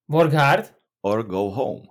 Work hard or go home.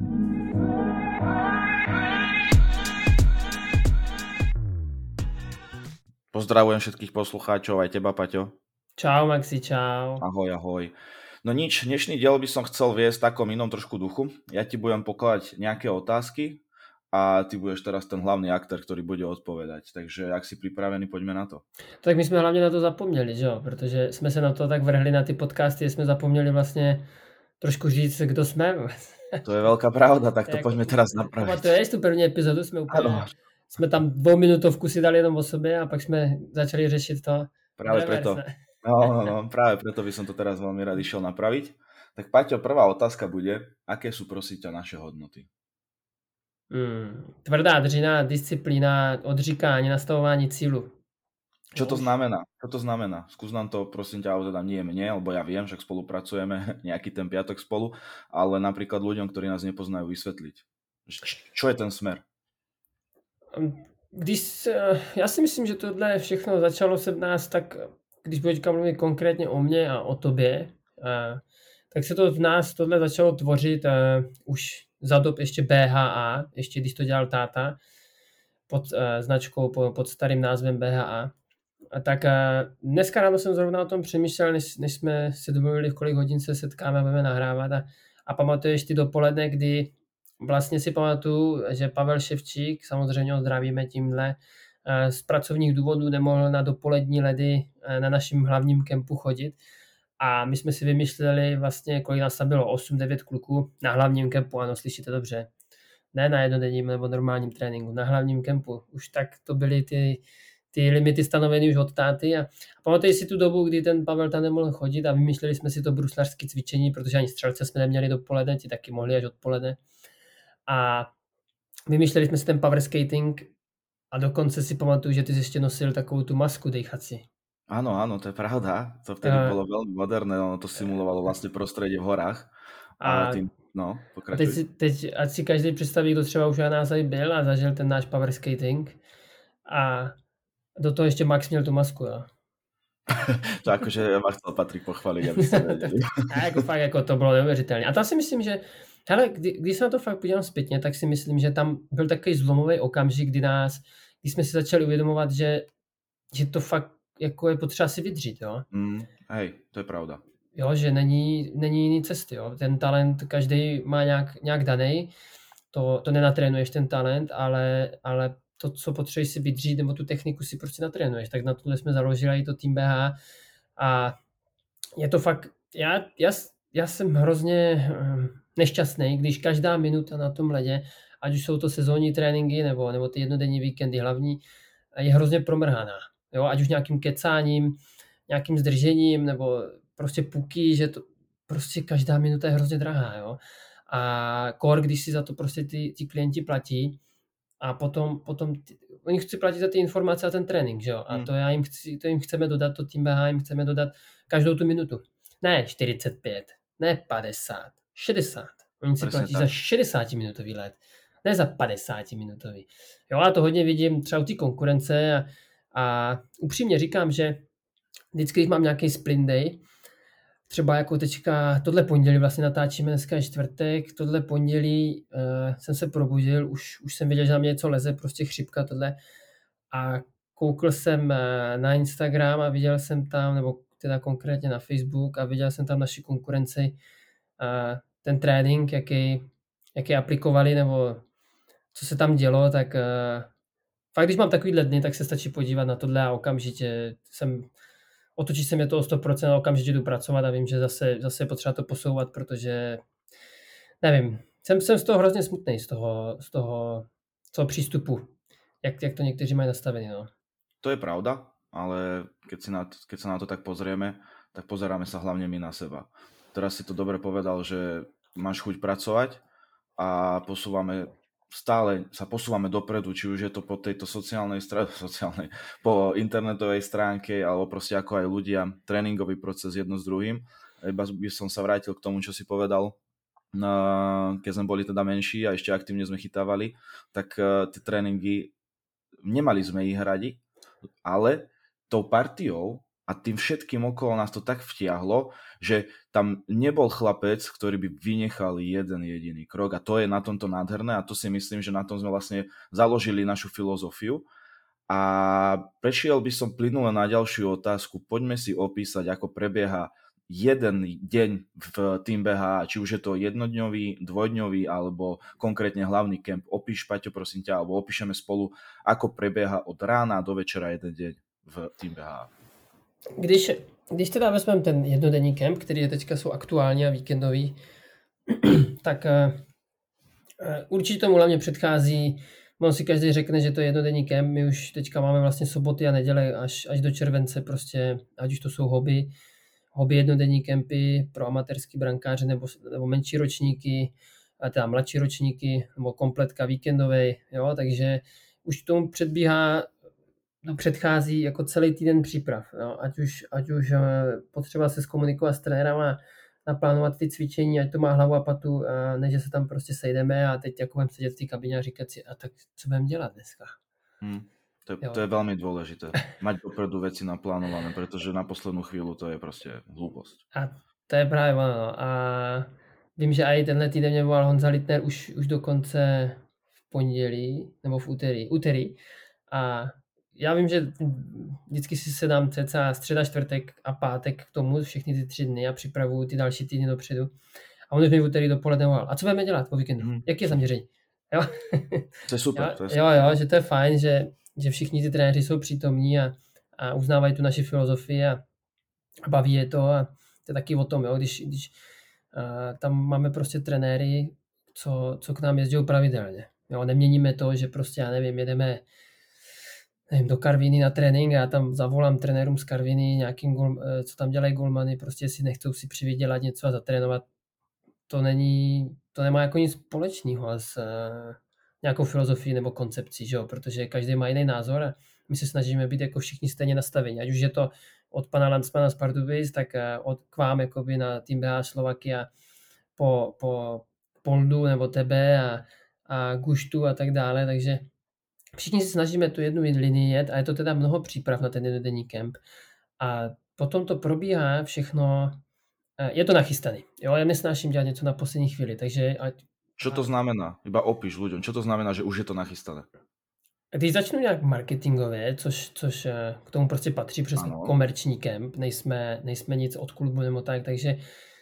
Pozdravujem všetkých poslucháčov, aj teba, Paťo. Čau, Maxi, čau. Ahoj, ahoj. No nič, dnešný diel by som chcel viesť v takom inom trošku duchu. Ja ti budem pokladať nejaké otázky a ty budeš teraz ten hlavný aktér, ktorý bude odpovedať. Takže ak si pripravený, poďme na to. Tak my jsme hlavně na to zapomněli, že jo? Protože jsme se na to tak vrhli na ty podcasty, že jsme zapomněli vlastně trošku říct, kdo jsme. To je veľká pravda, tak to poďme teraz napraviť. Pamatuješ tu první epizodu, jsme tam 2-minutovku si dali jenom o sobě a pak jsme začali řešit to. Práve preto. No, práve preto by som to teraz veľmi rád išiel napraviť. Tak Paťo, prvá otázka bude, aké sú prosím ťa naše hodnoty? Tvrdá dřina, disciplína, odříkání, nastavování cílu. Čo to znamená? Čo to znamená? Skús nám to, prosím ťa, ale teda nie mne, lebo ja viem, však spolupracujeme nejaký ten piatok spolu, ale napríklad ľuďom, ktorí nás nepoznajú, vysvetliť. Čo je ten smer? Já si myslím, že tohle všechno začalo se v nás tak, když budeme mluvit konkrétně o mně a o tobě, tak se to v nás tohle začalo tvořit už za dob ještě BHA, ještě když to dělal táta, pod značkou, pod starým názvem BHA. A tak dneska ráno jsem zrovna o tom přemýšlel, než jsme se domluvili, v kolik hodin se setkáme a budeme nahrávat. A pamatuješ ty dopoledne, kdy vlastně si pamatuju, že Pavel Ševčík, samozřejmě ho zdravíme tímhle, z pracovních důvodů nemohl na dopolední ledy na našem hlavním kempu chodit. A my jsme si vymýšleli vlastně, kolik nás tam bylo, 8-9 kluků na hlavním kempu, ano, slyšíte dobře. Ne na jednodenním nebo normálním tréninku, na hlavním kempu. Už tak to byly ty limity stanovené už od táty. A pamatuji si tu dobu, kdy ten Pavel tam nemohl chodit a vymýšleli jsme si to bruslařské cvičení, protože ani střelce jsme neměli dopoledne, ti taky mohli až odpoledne. A vymýšleli jsme si ten power skating a dokonce si pamatuju, že ty jsi ještě nosil takovou tu masku dejchací. Áno, to je pravda. To vtedy bolo veľmi moderné, ono to simulovalo vlastne prostredie v horách. A tým, pokračuj. Teď, ať si každý představí, kdo třeba už na nás tady byl a zažil ten náš power skating a do toho ještě Max měl tu masku, jo. To akože ma chcel Patrik pochváliť, aby ste vedeli. Fakt jako to bylo neuvěřitelné. A tam si myslím, že hele, když se na to fakt podívám zpětně, tak si myslím, že tam byl takový zlomový okamžik, kdy jsme si začali uvědomovat, že to fakt jako je potřeba si vydřít, jo. Hej, to je pravda. Jo, že není jiný cesty, jo. Ten talent každý má nějak daný, to nenatrénuješ ten talent, ale to, co potřebuješ si vydřít, nebo tu techniku si prostě natrénuješ. Tak na tohle jsme založili i to Team BH a je to fakt, já jsem hrozně nešťastný, když každá minuta na tom ledě, ať už jsou to sezónní tréninky nebo ty jednodenní víkendy hlavní, je hrozně promrhaná. Jo, ať už nějakým kecáním, nějakým zdržením, nebo prostě puky, že to prostě každá minuta je hrozně drahá, jo. A kor, když si za to prostě ti klienti platí a potom oni chci platit za ty informace a ten trénink, že jo. A to jim chceme dodat, to Team BH jim chceme dodat každou tu minutu. Ne 45, ne 50, 60. Oni si platí za 60-minutový let, ne za 50-minutový. Jo, a to hodně vidím třeba u té konkurence a upřímně říkám, že vždycky, když mám nějaký sprint day, třeba jako teďka, tohle pondělí vlastně natáčíme, dneska je čtvrtek, tohle pondělí jsem se probudil, už jsem viděl, že na mě něco leze, prostě chřipka tohle a koukl jsem na Instagram a viděl jsem tam, nebo teda konkrétně na Facebook a viděl jsem tam naši konkurenci, ten trénink, jaký aplikovali, nebo co se tam dělo, tak fakt, když mám takovýhle dny, tak se stačí podívat na tohle a okamžitě otočí se mě to o 100% a okamžitě jdu pracovat a vím, že zase je potřeba to posouvat, protože nevím, jsem z toho hrozně smutný, z toho přístupu, jak to někteří mají nastavený. No. To je pravda, ale keď sa na to tak pozrieme, tak pozeráme sa hlavne my na seba. Teraz si to dobre povedal, že máš chuť pracovať a stále sa posúvame dopredu, či už je to po tejto po internetovej stránke, alebo proste ako aj ľudia, tréningový proces jedno s druhým. Iba by som sa vrátil k tomu, čo si povedal, keď sme boli teda menší a ešte aktívne sme chytávali, tak tie tréningy, nemali sme ich radi, ale tou partiou a tým všetkým okolo nás to tak vtiahlo, že tam nebol chlapec, ktorý by vynechal jeden jediný krok a to je na tomto nádherné a to si myslím, že na tom sme vlastne založili našu filozofiu. A prešiel by som plynule na ďalšiu otázku. Poďme si opísať, ako prebieha jeden deň v Team BH, či už je to jednodňový, dvojdňový, alebo konkrétne hlavný kemp. Opíš, Paťo, prosím ťa, alebo opíšeme spolu, ako prebieha od rána do večera jeden deň v Team BH. Když teda vezmeme ten jednodenní kemp, který je teďka jsou aktuální a víkendový, tak určitě tomu hlavně předchází. On si každý řekne, že to je jednodenní kemp, my už teďka máme vlastně soboty a neděle až do července prostě, ať už to jsou hobby jednodenní kempy pro amatérský brankáře nebo menší ročníky, a teda mladší ročníky, nebo kompletka víkendovej, jo, takže už tomu předchází jako celý týden příprav, jo, ať už potřeba se zkomunikovat s trenérama, naplánovat ty cvičení, ať to má hlavu a patu, než že se tam prostě sejdeme a teď jako budeme sedět v té kabině a říkat si, a tak co budeme dělat dneska? To je veľmi dôležité. Mať dopredu veci naplánované, pretože na poslednú chvíľu to je prostě hlúposť. A to je právě ono. A vím, že i tenhle týden mě volal Honza Littner už dokonce v pondělí, nebo v úterý. A já vím, že vždycky si sedám cca středa, čtvrtek a pátek k tomu, všechny ty 3 dny a připravuju ty další týdny dopředu. A on už mi v úterý dopoledne volal. A co budeme dělat po víkendu? Jaký je zaměření? Jo? To je super. Jo, že to je fajn, že všichni ty trenéři jsou přítomní a uznávají tu naši filozofii a baví je to a to je taky o tom, jo, když tam máme prostě trenéry, co k nám jezdí pravidelně. Jo, neměníme to, že prostě, já nevím, jedeme do Karviní na trénink a já tam zavolám trenérům z Karviní nějakým co tam dělají golmany, prostě si nechcou si přivydělat něco a zatrénovat. To nemá jako nic společného s nějakou filozofií nebo koncepcí, že jo? Protože každý má jiný názor a my se snažíme být jako všichni stejně nastavení. Ať už je to od pana Landsmana z Pardubic, tak k vám jakoby na Team BH Slovakia po Poldu nebo tebe a Guštu a tak dále, takže všichni se snažíme tu jednu linii jet a je to teda mnoho příprav na ten jednodenní kemp. A potom to probíhá všechno, je to nachystaný. Jo, já nesnáším dělat něco na poslední chvíli, takže... Čo to znamená? Iba opíš ľuďom. Čo to znamená, že už je to nachystané? Když začnu nějak marketingově, což k tomu prostě patří přes komerční kemp, nejsme nic od klubu nebo tak, takže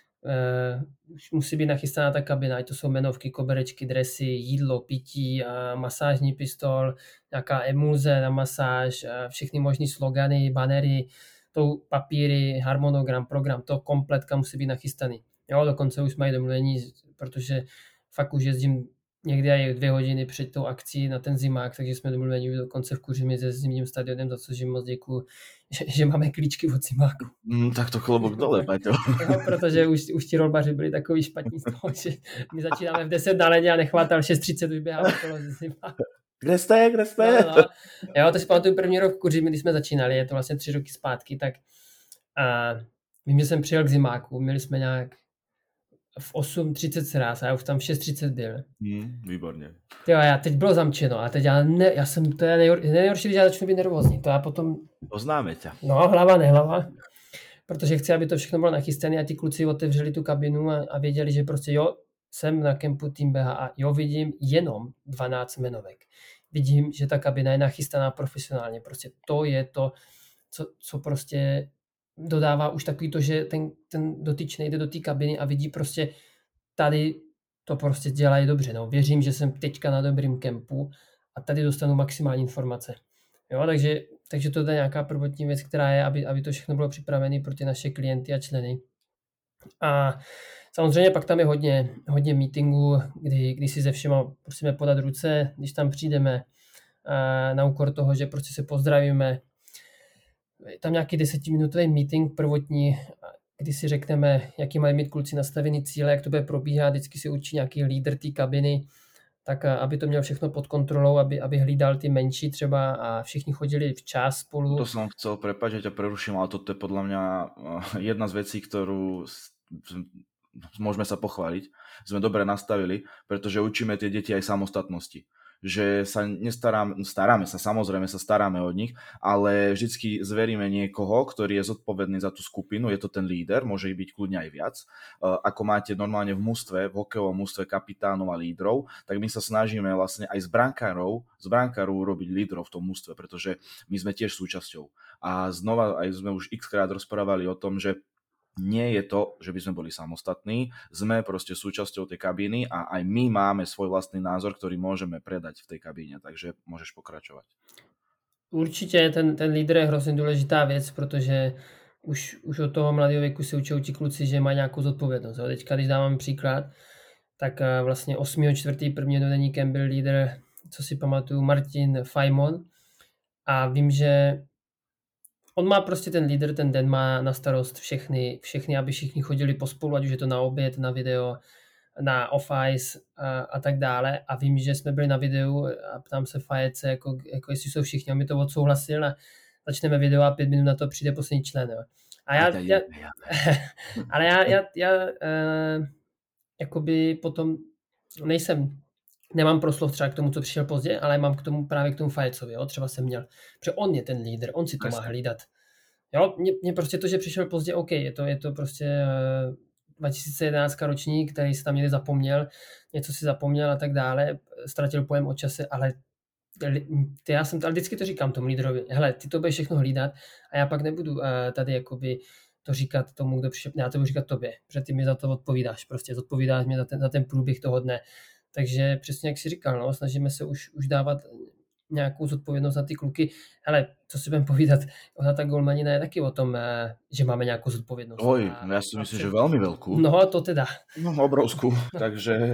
musí být nachystaná ta kabina, ať to jsou jmenovky, koberečky, dresy, jídlo, pití, masážní pistol, nějaká emulze na masáž, všechny možný slogany, banery, papíry, harmonogram, program, to kompletka musí být nachystaný. Jo, dokonce už mají domluvení, protože fakt už jezdím někdy aj 2 hodiny před tou akcí na ten zimák, takže jsme domluveni dokonce v Kuřimi se zimním stadionem, za což jim moc děkuju, že máme klíčky od zimáku. Tak to klobok dole, Paťo. No, protože už ti rolbaři byli takový špatní z toho, že my začínáme v 10 na ledě a nechvátal 6:30 vyběhat okolo ze zimáku. Kde jste? No. Jo, to si pamatuju první rok v Kuřimi, když jsme začínali, je to vlastně 3 roky zpátky, tak vím, že jsem přijel k zimáku, měli jsme nějak v 8:30 sráz a já už tam v 6:30 byl. Výborně. Jo, já teď bylo zamčeno a teď to je nejhorší, když já začnu být nervózní. To já potom... Oznáme tě. No, hlava. Protože chci, aby to všechno bylo nachystané a ti kluci otevřeli tu kabinu a věděli, že prostě jo, jsem na kempu Team BH a jo, vidím jenom 12 jmenovek. Vidím, že ta kabina je nachystaná profesionálně. Prostě to je to, co prostě dodává už takový to, že ten dotyčný jde do té kabiny a vidí prostě tady to prostě dělají dobře. No, věřím, že jsem teďka na dobrým kempu a tady dostanu maximální informace. Jo, takže to je nějaká prvotní věc, která je, aby to všechno bylo připravené pro ty naše klienty a členy. A samozřejmě pak tam je hodně meetingů, kdy si se všema musíme podat ruce, když tam přijdeme, na úkor toho, že prostě se pozdravíme. Je tam nějaký 10minutový meeting prvotní, kdy si řekneme, jaký mají mít kluci nastavený cíle, jak to bude probíhat, vždycky si určí nějaký lídr té kabiny, tak aby to měl všechno pod kontrolou, aby hlídal ty menší třeba a všichni chodili včas spolu. To som chcel prepáč, že ťa preruším, ale toto je podľa mňa jedna z vecí, ktorú môžeme sa pochváliť. Sme dobre nastavili, pretože učíme tie deti aj samostatnosti. že sa staráme sa o nich, ale vždycky zveríme niekoho, ktorý je zodpovedný za tú skupinu, je to ten líder, môže byť kľudne aj viac. Ako máte normálne v mužstve, v hokejovom mužstve kapitánov a lídrov, tak my sa snažíme vlastne aj z brankárov urobiť lídrov v tom mužstve, pretože my sme tiež súčasťou. A znova aj sme už x-krát rozprávali o tom, že nie je to, že by sme boli samostatní, sme proste súčasťou tej kabíny a aj my máme svoj vlastný názor, ktorý môžeme predať v tej kabíne, takže môžeš pokračovať. Určitě ten lídr je hrozně důležitá věc, protože už od toho mladého věku se učí ti kluci, že mají nějakou zodpovědnost. Teďka, když dávám příklad, tak vlastně 8.4. první jednodenníkem byl lídr, co si pamatuju, Martin Fajmon a vím, že on má prostě ten lídr, ten den má na starost všechny, aby všichni chodili pospolu, ať už je to na oběd, na video, na off-ice a tak dále. A vím, že jsme byli na videu a ptám se Fajece, jako jestli jsou všichni, a mi to odsouhlasil a začneme video a 5 minut na to přijde poslední člen. Jo. A já jakoby potom nemám proslov třeba k tomu, co přišel pozdě, ale mám právě k tomu Fajcovi, jo. Třeba jsem měl, protože on je ten lídr, on si to má hlídat. Jo, mě prostě to, že přišel pozdě, OK, je to prostě 2011 ročník, který si tam někde zapomněl, něco si zapomněl a tak dále, ztratil pojem o čase, ale ale vždycky to říkám tomu lídrovi, hele, ty to budeš všechno hlídat a já pak nebudu tady jakoby to říkat tomu, kdo přišel, já to budu říkat tobě, protože ty mi za to odpovídáš, prostě zodpovídáš mi za ten průběh toho dne. Takže přesně jak jsi říkal, no, snažíme se už dávat nějakou zodpovědnost na ty kluky. Hele, co si budeme povídat, ona ta golmanina je taky o tom, že máme nějakou zodpovědnost. Já si myslím, že velmi velkou. No, to teda. No, obrovskou, takže...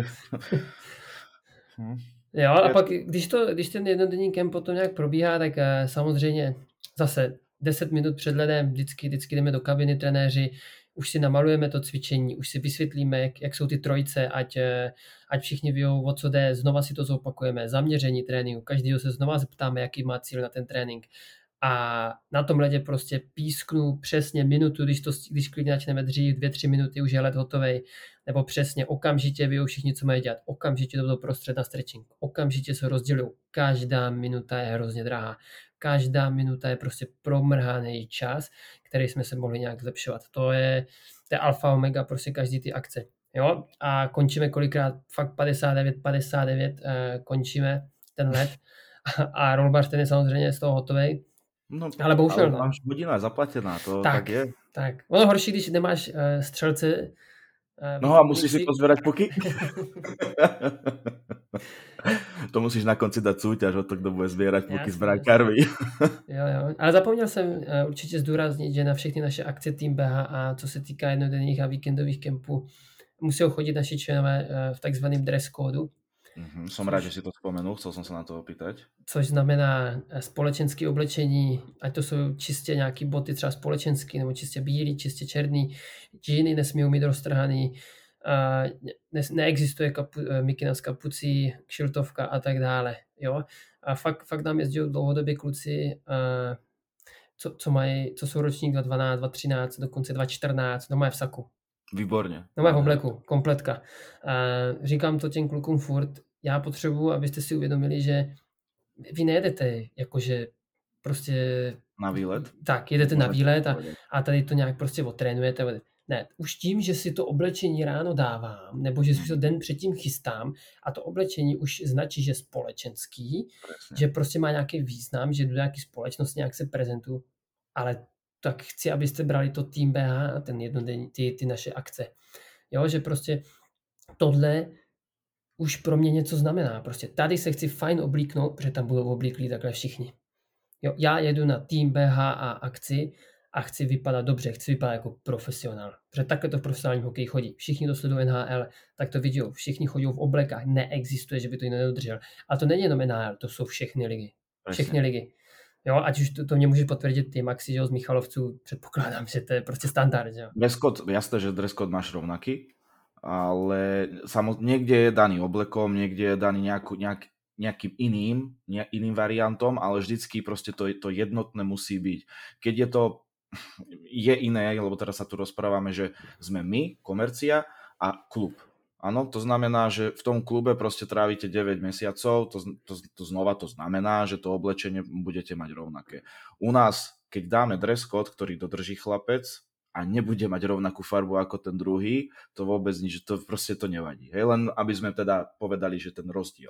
Jo, a pak, když ten jednodenní kemp potom nějak probíhá, tak samozřejmě zase 10 minut před ledem vždycky jdeme do kabiny trenéři, už si namalujeme to cvičení, už si vysvětlíme, jak jsou ty trojice, ať všichni vědou, o co jde, znova si to zopakujeme, zaměření tréninku, každýho se znova zeptáme, jaký má cíl na ten trénink. A na tom ledě prostě písknu přesně minutu, když klidně začneme dřív, 2-3 minuty, už je led hotovej, nebo přesně okamžitě vědou všichni, co mají dělat, okamžitě to prostřed na stretching, okamžitě se rozdělují. Každá minuta je hrozně drahá. Každá minuta je prostě promrhaný čas, který jsme se mohli nějak zlepšovat. To je alfa omega prostě každý ty akce. Jo? A končíme kolikrát fakt 59, končíme ten let a rollbar ten je samozřejmě z toho hotovej. No, ale bohužel, ale máš hodina zaplatená, to tak je. Tak. Ono horší, když nemáš střelce. No a musíš si pozbierať puky? To musíš na konci dať súťaž o to, kdo bude zbierať puky s brankármi. Jo. Ale zapomněl jsem určitě zdůraznit, že na všechny naše akce Team BHA, co se týká jednodenních a víkendových kempů, musí chodit naši členové v takzvaném dress kódu. Som rád, že si to spomenul, chcel som sa na to opýtať. Což znamená společenské oblečení, ať to jsou čistě nějaký boty třeba společenský, nebo čistě bílý, čistě černý, džíny nesmí mít roztrhaný, neexistuje mikina z kapucí, kšiltovka a tak dále. Jo? A fakt nám jezdí dlouhodobě kluci, co jsou ročník 2012, 2013, dokonce 2014, no mají v saku. Výborně. No mají v obleku, kompletka. Říkám to těm klukům furt, já potřebuji, abyste si uvědomili, že vy nejedete jakože prostě... Na výlet? Tak, jedete na výlet a tady to nějak prostě otrénujete. Ne, už tím, že si to oblečení ráno dávám, nebo že si to den předtím chystám a to oblečení už značí, že společenský, presne. Že prostě má nějaký význam, že do nějaké společnosti nějak se prezentuju, ale tak chci, abyste brali to Team BH, ten jednodenní, ty naše akce. Jo, že prostě tohle už pro mě něco znamená. Prostě tady se chci fajn oblíknout, protože tam budou oblíklí takhle všichni. Jo, já jedu na Team BHA akci a chci vypadat dobře, chci vypadat jako profesionál. Protože takhle to v profesionálním hokeji chodí. Všichni, kdo sledují NHL, tak to vidí. Všichni chodí v oblekách. Neexistuje, že by to jiný nedodržel. A to není jenom NHL, to jsou všechny ligy. Všechny ligy. Jo, ať už to mě může potvrdit ty Maxi, že z Michalovců, předpokládám, že to je prostě standard. Jo. Dress code, jasné, že dress code máš rovnaký, ale niekde je daný oblekom, niekde je daný nejakým iným variantom, ale vždycky proste to jednotné musí byť. Keď je iné, lebo teraz sa tu rozprávame, že sme my, komercia a klub. Áno, to znamená, že v tom klube proste trávite 9 mesiacov, to znova to znamená, že to oblečenie budete mať rovnaké. U nás, keď dáme dress code, ktorý dodrží chlapec a nebude mať rovnakú farbu ako ten druhý, to vôbec nič, to proste to nevadí. Hej, len aby sme teda povedali, že ten rozdiel.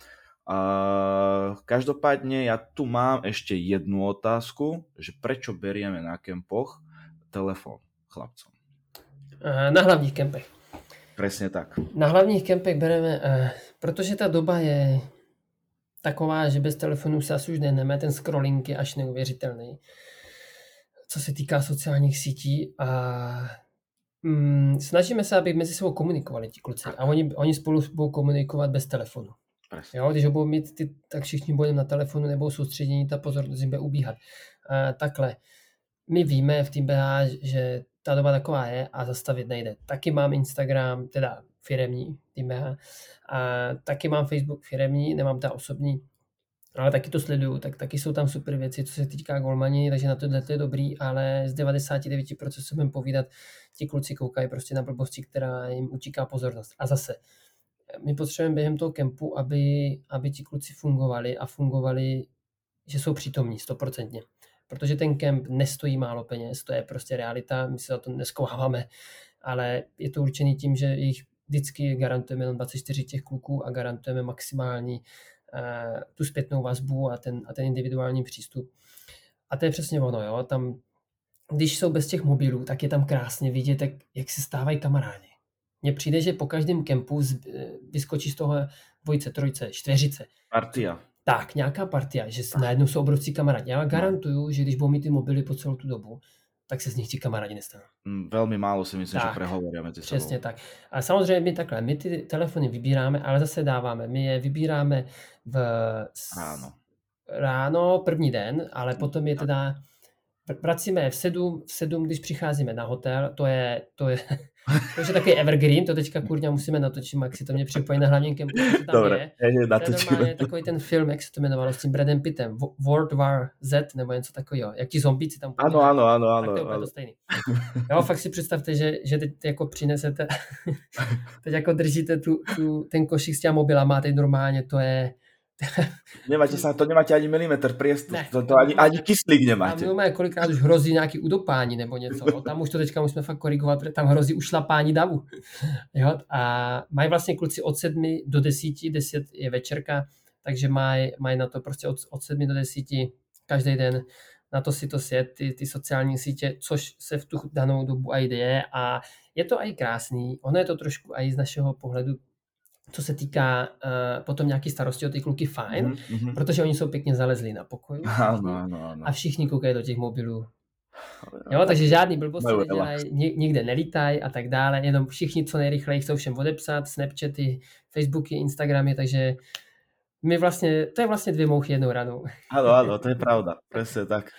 Každopádne ja tu mám ešte jednu otázku, že prečo berieme na kempoch telefón chlapcom? Na hlavních kempech. Presne tak. Na hlavních kempech bereme, protože ta doba je taková, že bez telefonu se asi už nehneme, ten scrolling je až neuvěřitelný, co se týká sociálních sítí a snažíme se, aby mezi sebou komunikovali ti kluci a oni spolu budou komunikovat bez telefonu. Jo, když ho budou mít, tak všichni budeme na telefonu nebo soustředění, ta pozornost jim bude ubíhat. Takhle. My víme v tým BH, že ta doba taková je a zastavit nejde. Taky mám Instagram, teda firemní tým BH, a taky mám Facebook firemní, nemám ta osobní, ale taky to sleduju, tak taky jsou tam super věci, co se týká golmani, takže na tohle je dobrý, ale z 99% se budeme povídat, ti kluci koukají prostě na blbosti, která jim utíká pozornost. A zase, my potřebujeme během toho kempu, aby ti kluci fungovali, že jsou přítomní 100%. Protože ten kemp nestojí málo peněz, to je prostě realita, my se za to neskováváme, ale je to určený tím, že jich vždycky garantujeme jenom 24 těch kluků a garantujeme maximální tu zpětnou vazbu a ten individuální přístup. A to je přesně ono, jo, tam, když jsou bez těch mobilů, tak je tam krásně vidět, jak se stávají kamarádi. Mně přijde, že po každém kempu vyskočí z toho dvojce, trojce, čtveřice. Partia. Tak, nějaká partia, že najednou jsou obrovcí kamarádi. Já garantuju, že když budou mít ty mobily po celou tu dobu, tak se z nich ti kamarádi nestanou. Veľmi málo si myslím, že prehovoria medzi sebou. Přesně tak. A samozřejmě my ty telefony vybíráme, ale zase dáváme. My je vybíráme ráno, první den, ale potom je teda pracíme v 7, když přicházíme na hotel, to je takový evergreen, to teďka kurňa musíme natočit, jak si to mě připojí na hlavním kempu. Dobre, je takový ten film, jak se to jmenovalo, s tím Bradem Pittem, World War Z, nebo něco takového, jak ti zombíci tam... Ano. Tak to je úplně to stejný. Jo, fakt si představte, že teď jako přinesete, teď jako držíte ten košík s těma mobilama, teď normálně to je... nemáte ani milimetr priestoru, to ani kyslík nemáte. Tam kolikrát už hrozí nějaký udopání nebo něco. Jo? Tam už to teďka musíme fakt korigovat, protože tam hrozí ušlapání davu. Jo? A mají vlastně kluci od 7 do 10, 10 je večerka, takže mají na to prostě od 7 do 10 každý den na to si to sjet, ty sociální sítě, což se v tu danou dobu aj děje a je to aj krásný. Ono je to trošku aj z našeho pohledu, co se týká potom nějaký starosti o ty kluky, fajn, protože oni jsou pěkně zalezlí na pokoju a všichni koukají do těch mobilů. Jo, takže žádný blbosti nedělají, nikde nelítají a tak dále, jenom všichni co nejrychleji chcou všem odepsat, Snapchaty, Facebooky, Instagramy, takže to je vlastně 2 mouchy jednou ranou. Áno, to je pravda, presne tak.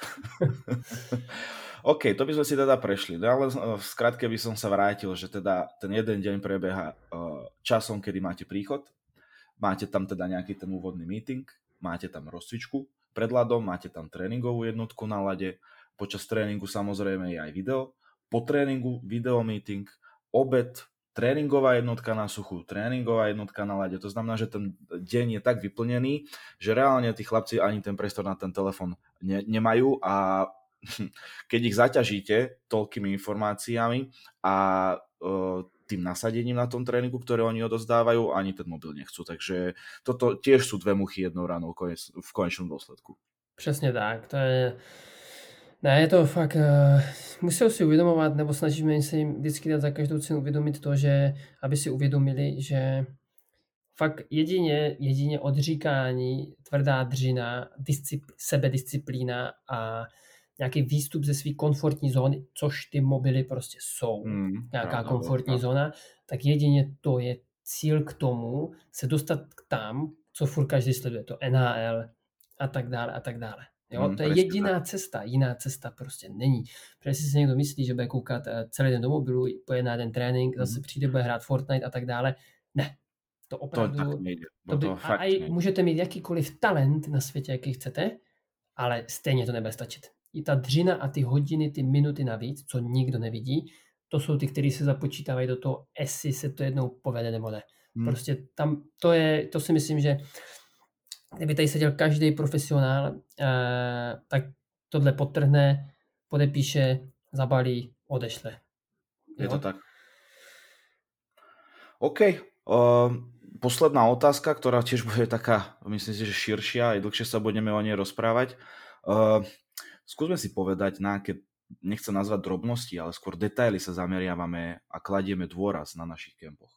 OK, to by sme si teda prešli, ale v skratke by som sa vrátil, že teda ten jeden deň prebieha časom, kedy máte príchod, máte tam teda nejaký ten úvodný meeting, máte tam rozcvičku pred ľadom, máte tam tréningovú jednotku na ľade, počas tréningu samozrejme je aj video, po tréningu video meeting, obed, tréningová jednotka na suchu, tréningová jednotka na ľade, to znamená, že ten deň je tak vyplnený, že reálne tí chlapci ani ten priestor na ten telefon nemajú a keď ich zaťažíte toľkými informáciami a tým nasadením na tom tréningu, ktoré oni odozdávajú, ani ten mobil nechcú. Takže toto tiež sú 2 muchy jednou ranou v konečnom dôsledku. Přesně tak. To je... Ne, je to fakt... Musí si uvědomovat, nebo snažíme se jim vždycky dát za každou cenu uvědomit to, že aby si uvědomili, že fakt jedině odříkání, tvrdá dřina, sebedisciplína a nějaký výstup ze své komfortní zóny, což ty mobily prostě jsou, nějaká komfortní zóna, tak jedině to je cíl k tomu se dostat k tam, co furt každý sleduje, to NHL a tak dále. Jo, to je jediná cesta, jiná cesta prostě není. Protože si někdo myslí, že bude koukat celý den do mobilu, pojede na jeden trénink, zase přijde, bude hrát Fortnite a tak dále. Ne, to opravdu... A můžete mít jakýkoliv talent na světě, jaký chcete, ale stejně to nebude stačit. I ta dřina a ty hodiny, ty minuty navíc, co nikdo nevidí, to jsou ty, kteří se započítávají do toho, jestli se to jednou povede nebo ne. Hmm. Prostě tam to si myslím, že kdyby tady seděl každý profesionál, tak tohle podtrhne, podepíše, zabalí, odešle. Je to tak. OK. Posledná otázka, ktorá tiež bude taká, myslím si, že širšia, aj dlhšie sa budeme o nej rozprávať. Skúsme si povedať, na aké, nechcem nazvať drobnosti, ale skôr detaily sa zameriavame a kladieme dôraz na našich kempoch.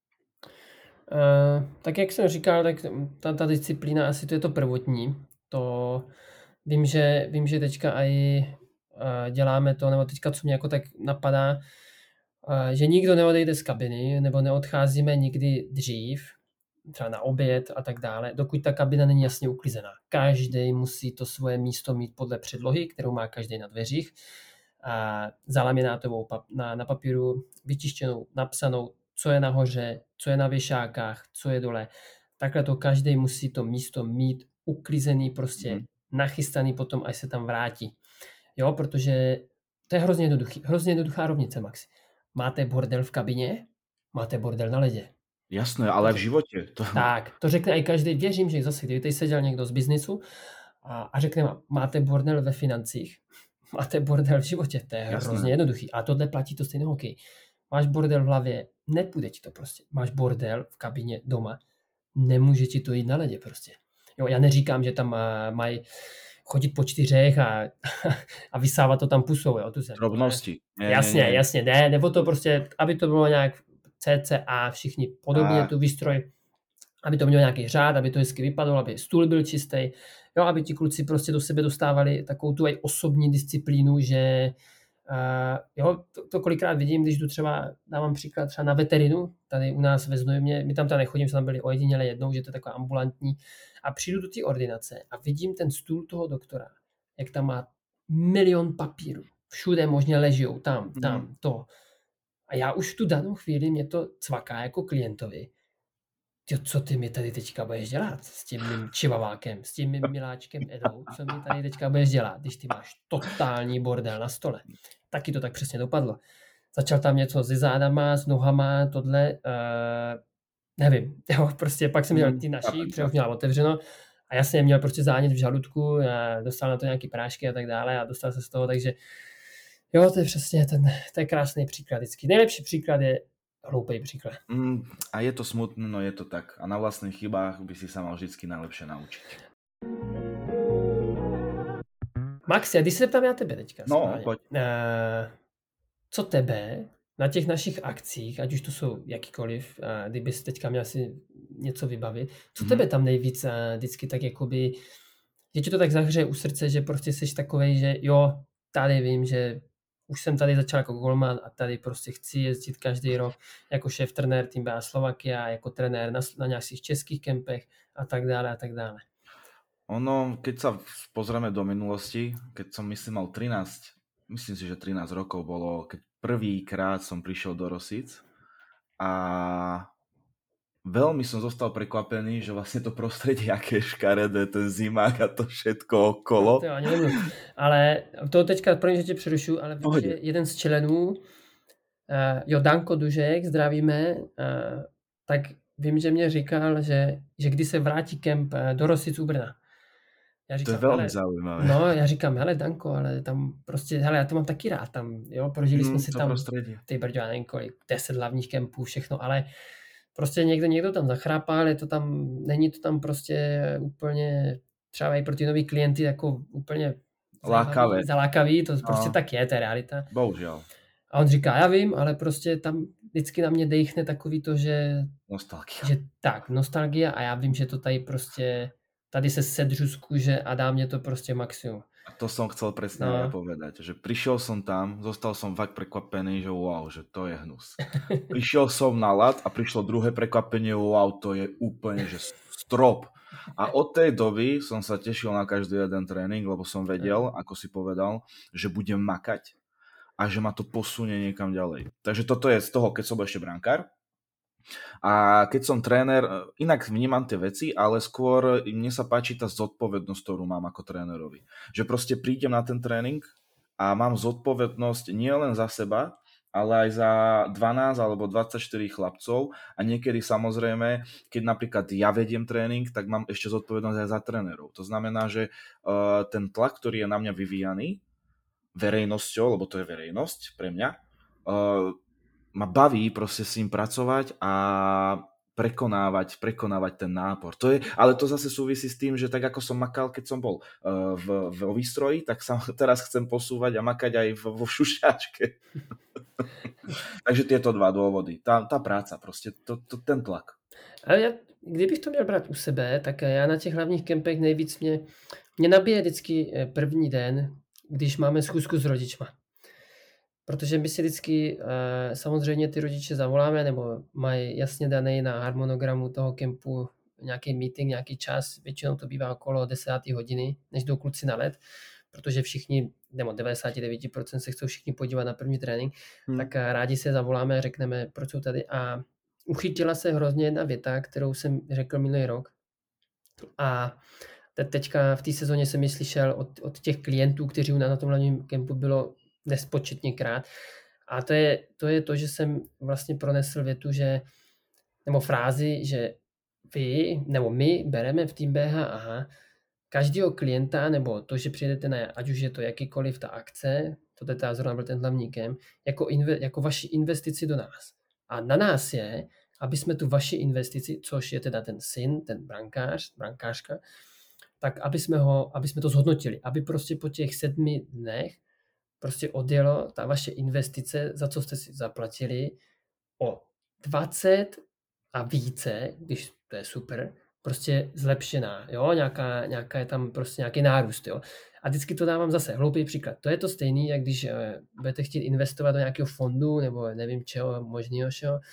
Tak jak jsem říkal, tak ta disciplína asi to je to prvotní. To vím, že teďka aj děláme to, nebo teďka co mě jako tak napadá, že nikdo neodejde z kabiny, nebo neodcházíme nikdy dřív, třeba na oběd a tak dále, dokud ta kabina není jasně uklizená. Každý musí to svoje místo mít podle předlohy, kterou má každý na dveřích, a zalaminátovou na papíru, vytištěnou, napsanou, co je nahoře, co je na věšákách, co je dole. Takhle to každý musí to místo mít uklizený, prostě nachystaný potom, až se tam vrátí. Jo, protože to je hrozně jednoduchá rovnice, Maxi. Máte bordel v kabině, máte bordel na ledě. Jasné, ale v životě. Tak, to řekne i každý. Věřím, že zase, kdyby tady seděl někdo z biznisu a řekne, máte bordel ve financích, máte bordel v životě, to je hrozně jednoduchý. A tohle platí to stejný hokej. Máš bordel v hlavě, nepůjde ti to prostě. Máš bordel v kabině doma, nemůže ti to jít na ledě prostě. Jo, já neříkám, že tam mají chodit po 4 a vysávat to tam pusou. Jo, drobnosti. Jasně, nebo to prostě, aby to bylo nějak CCA, všichni podobně tu výstroj, aby to mělo nějaký řád, aby to hezky vypadalo, aby stůl byl čistý, jo, aby ti kluci prostě do sebe dostávali takovou tu aj osobní disciplínu, že jo, to kolikrát vidím, když jdu třeba, dávám příklad třeba na veterinu, tady u nás ve Znojmě, my tam nechodím, jsme tam byli ojediněle jednou, že to je taková ambulantní, a přijdu do té ordinace a vidím ten stůl toho doktora, jak tam má milion papírů, všude možně ležijou, tam, to. A já už v tu danou chvíli mě to cvaká jako klientovi. Co ty mi tady teďka budeš dělat s tím mým čivavákem, s tím mým miláčkem Edou, co mi tady teďka budeš dělat, když ty máš totální bordel na stole. Taky to tak přesně dopadlo. Začal tam něco se zádama, s nohama, tohle, nevím, jo, prostě pak jsem měl ty naší, protože už měla otevřeno a jasně měl prostě zánět v žaludku, a dostal na to nějaký prášky a tak dále a dostal se z toho, takže jo, to je přesně to je krásný příklad vždycky. Nejlepší příklad je hloupej příklad. A je to smutné, no je to tak. A na vlastných chybách by si sa mal vždycky najlepšie naučiť. Maxi, a když se ptám já tebe teďka. No, pojď. Co tebe na těch našich akcích, ať už to jsou jakýkoliv, kdybys teďka měl si něco vybavit, co tebe tam nejvíc vždycky tak jakoby, že ti to tak zahřeje u srdce, že prostě jsi takovej, že jo, tady vím, že už jsem tady začal jako golman a tady prostě chci jezdit každý rok jako šéf-trenér tým BA Slovakia, jako trenér na nějakých českých kempech a tak dále a tak dále. Ono, keď sa pozrieme do minulosti, keď som mal 13, myslím si, že 13 rokov bolo, keď prvýkrát som prišiel do Rosic a veľmi som zostal prekvapený, že vlastne to prostredie, aké škaredé, ten zimák a to všetko okolo. To ani nemluv. Ale to teďka, první, že tě přerušu, ale vím, že jeden z členů, jo, Danko Dužek, zdravíme, tak vím, že mě říkal, že kdy se vrátí kemp do Rosic u Brna. Já říkám, to je veľmi zaujímavé. No, já říkám, hele Danko, ale tam prostě, hele, já to mám taky rád tam, jo, prožili jsme si tam prostředí. Ty brďo, já nevím kolik, 10 hlavních kempů, všechno, ale prostě někdo tam zachrápal, je to tam, není to tam prostě úplně, třeba i pro ty nový klienty jako úplně zalákavý, to prostě tak je, to je realita. Bohužel. A on říká, já vím, ale prostě tam vždycky na mě dejchne takový to, že nostalgia. Že tak, nostalgia a já vím, že to tady prostě tady se sedřu z kůže a dá mě to prostě maximum. A to som chcel presne aj povedať, že prišiel som tam, zostal som fakt prekvapený, že wow, že to je hnus. Prišiel som na ľad a prišlo druhé prekvapenie, wow, to je úplne, že strop. A od tej doby som sa tešil na každý jeden tréning, lebo som vedel, ako si povedal, že budem makať a že ma to posunie niekam ďalej. Takže toto je z toho, keď som bol ešte brankár. A keď som tréner, inak vnímam tie veci, ale skôr mne sa páči tá zodpovednosť, ktorú mám ako trénerovi. Že proste prídem na ten tréning a mám zodpovednosť nie len za seba, ale aj za 12 alebo 24 chlapcov a niekedy samozrejme, keď napríklad ja vediem tréning, tak mám ešte zodpovednosť aj za trénerov. To znamená, že ten tlak, ktorý je na mňa vyvíjaný verejnosťou, lebo to je verejnosť pre mňa, ma baví proste s ním pracovať a prekonávať ten nápor. Ale to zase súvisí s tým, že tak ako som makal, keď som bol vo výstroji, tak sa teraz chcem posúvať a makať aj vo šušťačke. Takže tieto dva dôvody. Tá práca, proste ten tlak. Ale já, kdybych to měl brát u sebe, tak já na těch hlavních kempech nejvíc mě nabije vždycky první den, když máme schůzku s rodičma. Protože my si vždycky samozřejmě ty rodiče zavoláme, nebo mají jasně daný na harmonogramu toho kempu nějaký meeting, nějaký čas, většinou to bývá okolo 10. hodiny, než jdou kluci na let, protože všichni, nebo 99% se chcou všichni podívat na první trénink, tak rádi se zavoláme a řekneme, proč jsou tady. A uchytila se hrozně jedna věta, kterou jsem řekl minulý rok. A teďka v té sezóně jsem ji slyšel od těch klientů, kteří na tom hlavním kempu bylo nespočetněkrát. A to je to, že jsem vlastně pronesl větu, nebo frázi, že vy, nebo my bereme v tým BHA každého klienta, nebo to, že přijedete na, ať už je to jakýkoliv ta akce, to teda zrovna byl ten hlavní kemp, jako vaši investici do nás. A na nás je, aby jsme tu vaši investici, což je teda ten syn, ten brankářka, tak aby jsme to zhodnotili, aby prostě po těch 7 dnech prostě odjelo ta vaše investice, za co jste si zaplatili, o 20 a více, když to je super, prostě zlepšená, jo, nějaká je tam prostě nějaký nárůst, jo. A vždycky to dávám zase, hloupý příklad. To je to stejný, jak když budete chtít investovat do nějakého fondu, nebo nevím čeho možného,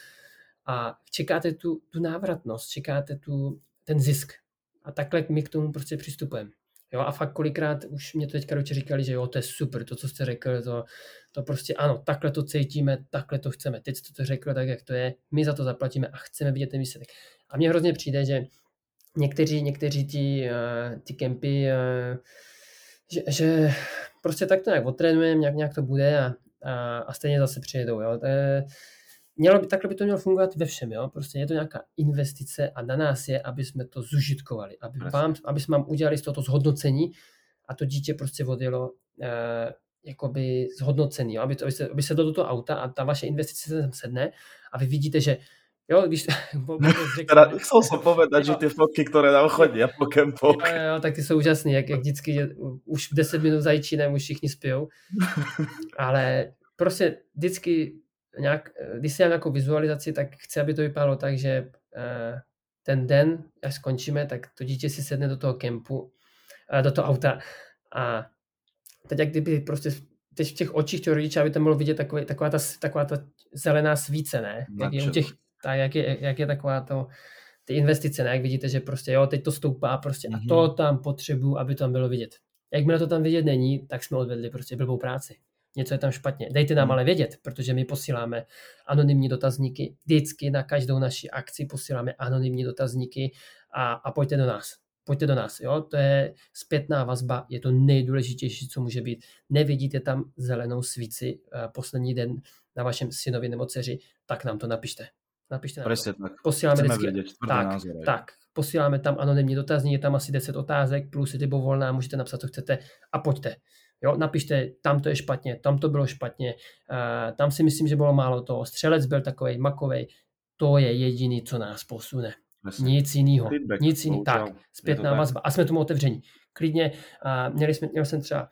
a čekáte tu návratnost, čekáte ten zisk. A takhle my k tomu prostě přistupujeme. Jo, a fakt kolikrát už mě to teďka roče říkali, že jo, to je super, to, co jste řekl, to prostě ano, takhle to cítíme, takhle to chceme. Teď jste to řekl tak, jak to je, my za to zaplatíme a chceme vidět ten výsledek. A mně hrozně přijde, že někteří ty kempy, že prostě tak to nějak odtrénujeme, nějak to bude a stejně zase přijedou. Jo. Takhle by to mělo fungovat ve všem, jo? Prostě je to nějaká investice a na nás je, aby jsme to zužitkovali, aby jsme vám udělali z toho zhodnocení a to dítě prostě odjelo jakoby zhodnocený, jo? Aby se do toho auta a ta vaše investice se tam sedne a vy vidíte, že jo, když teda chcel som povedať, že tie fotky, ktoré nám chodia po kempoch. Jo, tak ty jsou úžasný, jak vždycky už v 10 minut za Jičínem už všichni spijou, ale prostě vždycky když si dám nějakou vizualizaci, tak chci, aby to vypadalo tak, že ten den, až skončíme, tak to dítě si sedne do toho kempu, do toho auta a teď jak kdyby prostě teď v těch očích toho rodiče, aby tam bylo vidět taková ta zelená svíce, ne? Jak je taková ty investice, ne? Jak vidíte, že prostě jo, teď to stoupá prostě a to tam potřebuju, aby tam bylo vidět. Jakmile to tam vidět není, tak jsme odvedli prostě blbou práci. Něco je tam špatně. Dejte nám ale vědět, protože my posíláme anonymní dotazníky. Vždycky na každou naši akci posíláme anonymní dotazníky a pojďte do nás. Pojďte do nás. Jo? To je zpětná vazba, je to nejdůležitější, co může být. Nevidíte tam zelenou svíci poslední den na vašem synovi nebo dceři, tak nám to napište. Napište nám Presne to. tak. Posíláme Chceme vždycky. vedieť, Tak. Posíláme tam anonymní dotazník, je tam asi 10 otázek, plus je libovolná, můžete napsat, co chcete a pojďte. Jo, napište, tam to je špatně, tam to bylo špatně, tam si myslím, že bylo málo toho, střelec byl takovej makovej, to je jediný, co nás posune. Jasně. Nic jiného. Tak, zpětná vazba. A jsme tomu otevření. Klidně, měl jsem třeba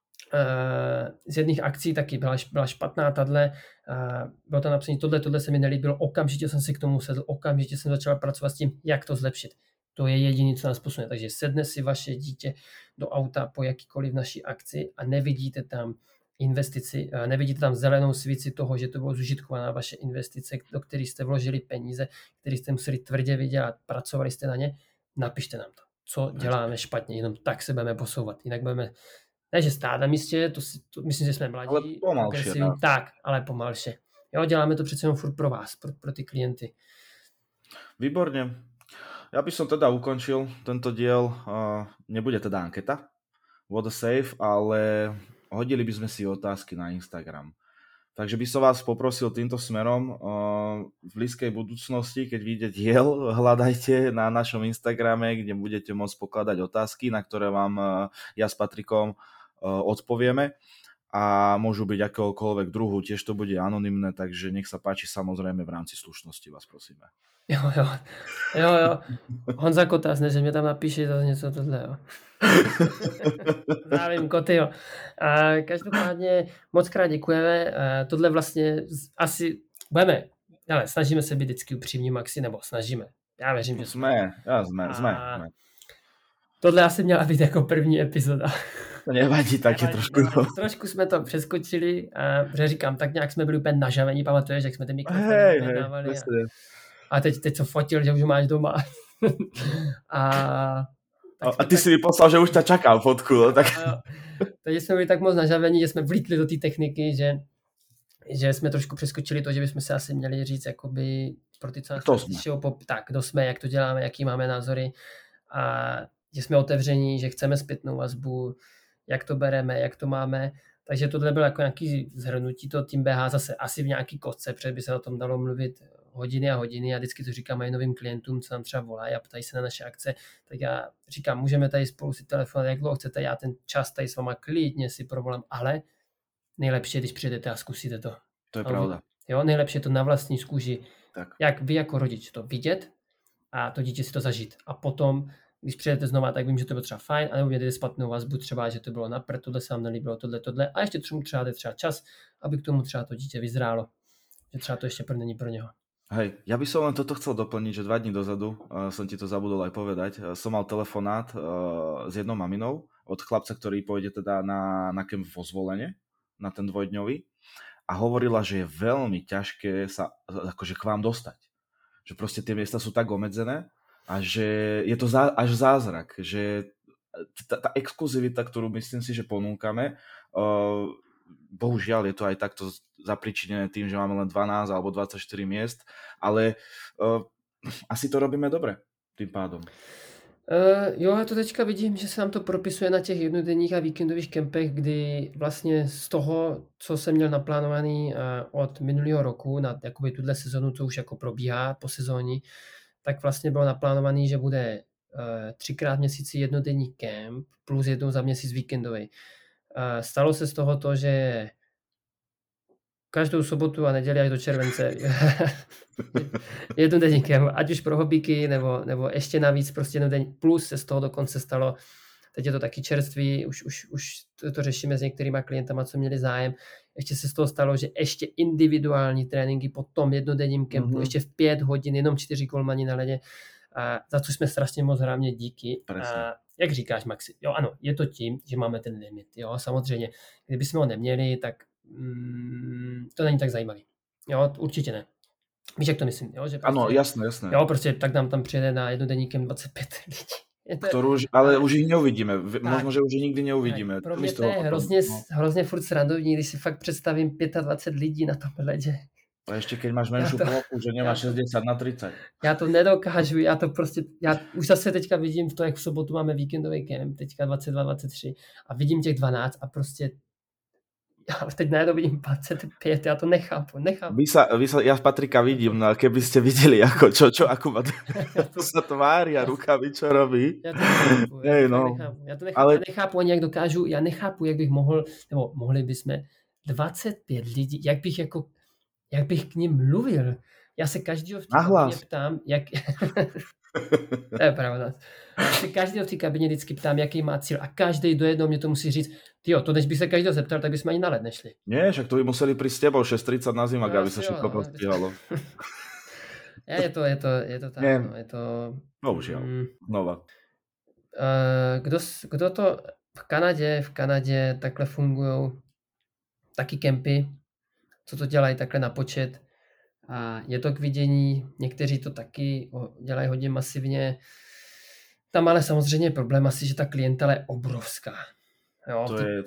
z jedných akcí taky byla špatná tadle, bylo tam napsané, tohle se mi nelíbilo, okamžitě jsem si k tomu sedl, okamžitě jsem začal pracovat s tím, jak to zlepšit. To je jediné, co nás posune. Takže sedne si vaše dítě do auta po jakýkoliv naší akci a nevidíte tam investici, nevidíte tam zelenou svíci toho, že to bylo zužitkovaná vaše investice, do které jste vložili peníze, které jste museli tvrdě vydělat, pracovali jste na ně, napište nám to, co děláme špatně, jenom tak se budeme posouvat. Jinak budeme, ne že stát na místě, to myslím, že jsme mladí, ale pomalšie, tak, ale pomalšie. Jo, děláme to přece jenom furt pro vás, pro ty klienty. Výborne. Ja by som teda ukončil tento diel. Nebude teda anketa, what a safe, ale hodili by sme si otázky na Instagram. Takže by som vás poprosil týmto smerom v blízkej budúcnosti, keď vyjde diel, hľadajte na našom Instagrame, kde budete môcť pokladať otázky, na ktoré vám ja s Patrikom odpovieme a môžu byť akéhokoľvek druhu, tiež to bude anonymné, takže nech sa páči, samozrejme v rámci slušnosti vás prosíme. Jo. Honza Kotas, že mě tam napíše to něco tohle, jo. Zdravím, koty, jo. A každopádně moc krát děkujeme. Tohle vlastně asi budeme, ale snažíme se být vždycky upřímní, Maxi, nebo snažíme. Já věřím, že jsme. Tohle asi měla být jako první epizoda. To nevadí, taky trošku. Trošku jsme to přeskočili, protože říkám, tak nějak jsme byli úplně nažavení, pamatuješ, jak jsme ten mikrofon dávali. A teď co fotil, že už máš doma. A ty si mi poslal, že už ťa čakám fotku. No, tak. Takže jsme byli tak moc nažavení, že jsme vlítli do té techniky, že jsme trošku přeskočili to, že bychom se asi měli říct, jakoby pro ty, co nás tak, kdo jsme, jak to děláme, jaký máme názory a že jsme otevření, že chceme zpětnou vazbu, jak to bereme, jak to máme. Takže tohle bylo jako nějaký zhrnutí, to tým BH zase asi v nějaký kostce, protože by se o tom dalo mluvit hodiny a hodiny. Já vždycky to říkám i novým klientům, co nám třeba volají a ptají se na naše akce, tak já říkám, můžeme tady spolu si telefonovat, jak dlouho chcete, já ten čas tady s váma klidně si provolám, ale nejlepší je, když přijdete a zkusíte to. To je pravda. Jo, nejlepší je to na vlastní skůži, tak. Jak vy jako rodič to vidět a to dítě si to zažít. A potom, když přijdete znova, tak vím, že to bylo třeba fajn, a nebo mějte zpětnou vazbu, třeba, že to bylo napřed, tohle se vám nelíbilo, tohle. A ještě třeba čas, aby k tomu třeba to dítě vyzrálo. Že třeba to ještě není pro něho. Hej, ja by som len toto chcel doplniť, že 2 dní dozadu, som ti to zabudol aj povedať, som mal telefonát s jednou maminou od chlapca, ktorý pôjde teda na kemp vo Zvolene, na ten 2-dňový, a hovorila, že je veľmi ťažké sa akože k vám dostať. Že proste tie miesta sú tak obmedzené a že je to až zázrak, že tá exkluzivita, ktorú myslím si, že ponúkame, bohužiaľ je to aj takto zapričinené tým, že máme len 12 alebo 24 miest, ale asi to robíme dobre tým pádom. Jo, já to teďka vidím, že se nám to propisuje na těch jednodenních a víkendových kempech, kdy vlastně z toho, co jsem měl naplánovaný od minulého roku na jakoby tuhle sezonu, co už jako probíhá po sezóni, tak vlastně bylo naplánovaný, že bude 3krát v měsíci jednodenní kemp plus jednou za měsíc víkendový. Stalo se z toho to, že každou sobotu a neděli až do července jednodenní kemp, ať už pro hobíky, nebo ještě navíc prostě jednodenní, plus se z toho dokonce stalo, teď je to taky čerství, už to řešíme s některýma klientama, co měli zájem, ještě se z toho stalo, že ještě individuální tréninky po tom jednodenním kempu, ještě v 5 hodin, jenom 4 kolmani na ledě, za co jsme strašně moc hlavně díky. Jak říkáš, Maxi, jo ano, je to tím, že máme ten limit, jo, samozřejmě, kdybychom ho neměli, tak to není tak zajímavý. Jo, určitě ne. Víš, jak to myslím, jo? Že prostě, ano, jasné. Jo, prostě tak nám tam přijede na jednodenní kemp 25 lidí. Ale už ich neuvidíme. Možno, že už ich nikdy neuvidíme. Pro mě to je hrozně furt srandovní, když si fakt představím 25 lidí na tom ledě. A ještě keď máš menšiu plochu, že nemáš 60/30. Já to nedokážu, já už zase teďka vidím v to, jak v sobotu máme víkendový kemp, teďka 22-23 a vidím těch 12 a prostě ja teď najednou vidím 25, ja to nechápu. Ja z Patrika vidím, no keby ste videli, ako sa tvári a rukami, čo robí. Ja to nechápu. Ja nechápu ani, jak dokážu, ja nechápu, jak bych mohl, nebo mohli bychom 25 lidí, jak bych k ním mluvil. Já se každého v té kabině ptám, jak... To je pravda. Já se každého v té kabině vždycky ptám, jaký má cíl a každý do jednoho mě to musí říct, tyjo, to než by se každého zeptal, tak bychom ani na led nešli. Nie, však to by museli prísť s tebou 6:30 na zimak, aby sa všetko postihalo. Je to tak. Nie. No, je to... Bohužiaľ. Znova. Kdo to v Kanadě takhle fungují taky kempy, co to dělají takhle na počet. A je to k vidění, někteří to taky dělají hodně masivně. Tam ale samozřejmě problém asi, že ta klientela je obrovská. Jo,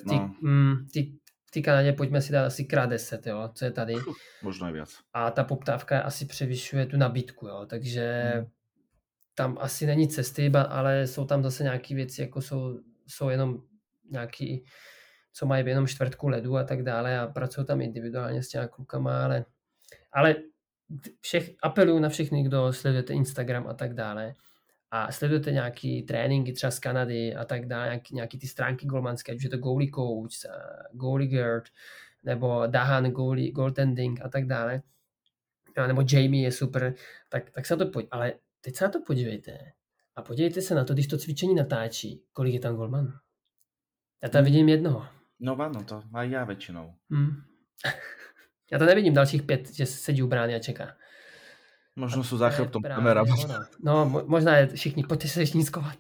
v té Kanadě pojďme si dát asi krát 10, jo, co je tady. Možná i víc. A ta poptávka asi převyšuje tu nabídku, jo, takže tam asi není cesty, ale jsou tam zase nějaké věci, jako jsou jenom nějaký co mají jenom čtvrtku ledu a tak dále a pracují tam individuálně s těma klukama, ale apeluju na všechny, kdo sledujete Instagram a tak dále a sledujete nějaký tréninky třeba z Kanady a tak dále, nějaký ty stránky golmanské, ať už je to Goalie Coach, Goalie Guard, nebo Dahan Goaltending a tak dále, nebo Jamie je super, tak se na to ale teď se na to podívejte a podívejte se na to, když to cvičení natáčí, kolik je tam golmanů. Já tam vidím jednoho. No áno, to aj ja väčšinou. Já tam nevidím dalších 5, že sedí u brány a čeká. Možno sú za chrbtom kamera. No, možná je všichni, pojďte se šnízkovat.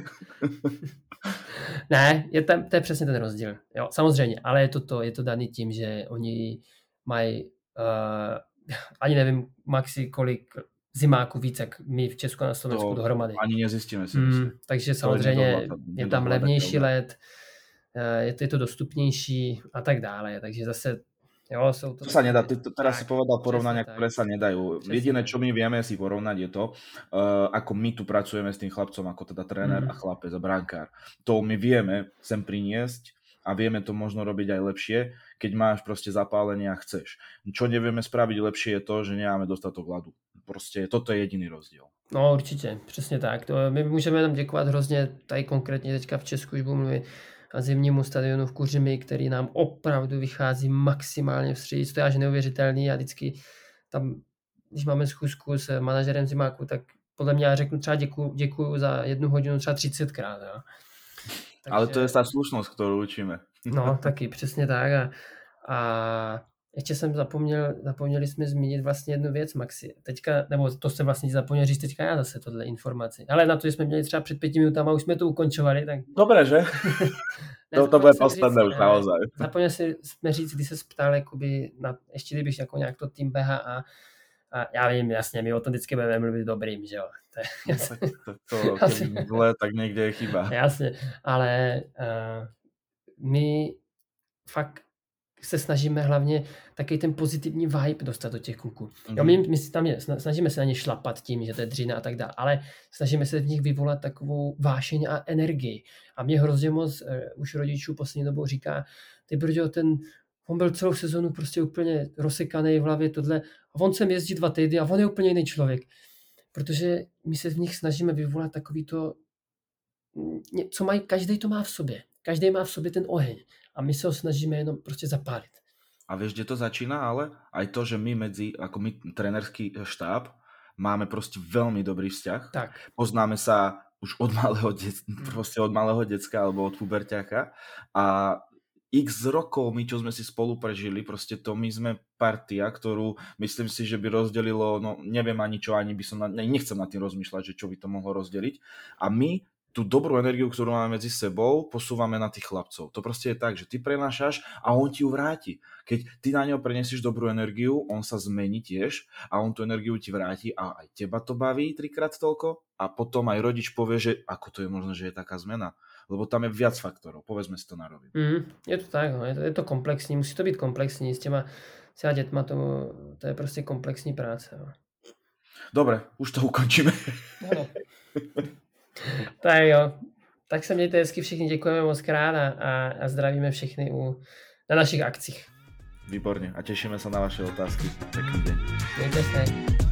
Ne, to je přesně ten rozdíl. Jo, samozřejmě, ale je to daný tím, že oni mají, ani nevím, maxi kolik zimáků víc, jak my v Česku a na Slovensku dohromady. Ani nezjistíme si. Takže samozřejmě je tam levnější let, je to dostupnější a tak dále. Takže zase jo, sú to sa nedá, teraz si povedal porovnania, ktoré sa nedajú. Jediné, čo my vieme si porovnať, je to, ako my tu pracujeme s tým chlapcom, ako teda tréner a chlapec a brankár. To my vieme sem priniesť a vieme to možno robiť aj lepšie, keď máš proste zapálenie a chceš. Čo nevieme spraviť lepšie je to, že nemáme dostatok ľadu. Prostě toto je jediný rozdíl. No určitě, přesně tak. My můžeme jenom děkovat hrozně, tady konkrétně teďka v Česku, už budu mluvit, a zimnímu stadionu v Kuřimi, který nám opravdu vychází maximálně vstříc. To je až neuvěřitelný a vždycky tam, když máme schůzku s manažerem zimáku, tak podle mě já řeknu třeba děkuju za 1 hodinu třeba 30krát. Jo. Takže, ale to je ta slušnost, kterou učíme. No, taky, přesně tak. A ještě jsem zapomněli jsme zmínit vlastně jednu věc, Maxi. Teďka, nebo to jsem vlastně zapomněl říct teďka já zase tohle informaci. Ale na to, že jsme měli třeba před 5 minutami a už jsme to ukončovali, tak... Dobré, že? To bude posledné už naozaj. Zapomněl jsme říct, když se ptal, jakoby, ještě kdybych jako nějak to tým BHA, a já vím, jasně, my o tom vždycky budeme mluvit dobrým, že jo. To zle, tak někde je chyba. Jasně, ale my fakt se snažíme hlavně taky ten pozitivní vibe dostat do těch kluků. Jo, my tam snažíme se na ně šlapat tím, že to je dřina a tak dále, ale snažíme se v nich vyvolat takovou vášeň a energii. A mě hrozně moc už rodičů poslední dobou říká, ty brďo, on byl celou sezonu prostě úplně rozsekaný v hlavě tohle a on sem jezdí 2 týdny a on je úplně jiný člověk. Protože my se v nich snažíme vyvolat takový to, co mají, každý to má v sobě. Každý má v sobě ten oheň a my se ho snažíme jenom prostě zapálit. A vieš, kde to začína, ale aj to, že my ako my trénerský štáb máme prostě veľmi dobrý vzťah. Tak. Poznáme sa už od malého decka alebo od puberťáka a x rokov my, čo sme si spolu prežili, prostě to my sme partia, ktorú myslím si, že by rozdelilo, no neviem ani čo, ani by som, nechcem nad tým rozmýšľať, že čo by to mohlo rozdeliť. A my tú dobrú energiu, ktorú máme medzi sebou, posúvame na tých chlapcov. To prostě je tak, že ty prenášaš a on ti ju vráti. Keď ty na neho prenesieš dobrú energiu, on sa zmení tiež a on tú energiu ti vráti a aj teba to baví 3-krát toľko a potom aj rodič povie, že ako to je možné, že je taká zmena. Lebo tam je viac faktorov, povedzme si to na rovinu. Je to tak, no. Je to komplexní, musí to být komplexní, s těma dětma to je prostě komplexní práce. No. Dobre, už to ukončíme. No. Tak jo, tak se mějte hezky všichni, děkujeme moc krát a zdravíme všechny na našich akcích. Výborně a těšíme se na vaše otázky. Pekný deň. Mějte se.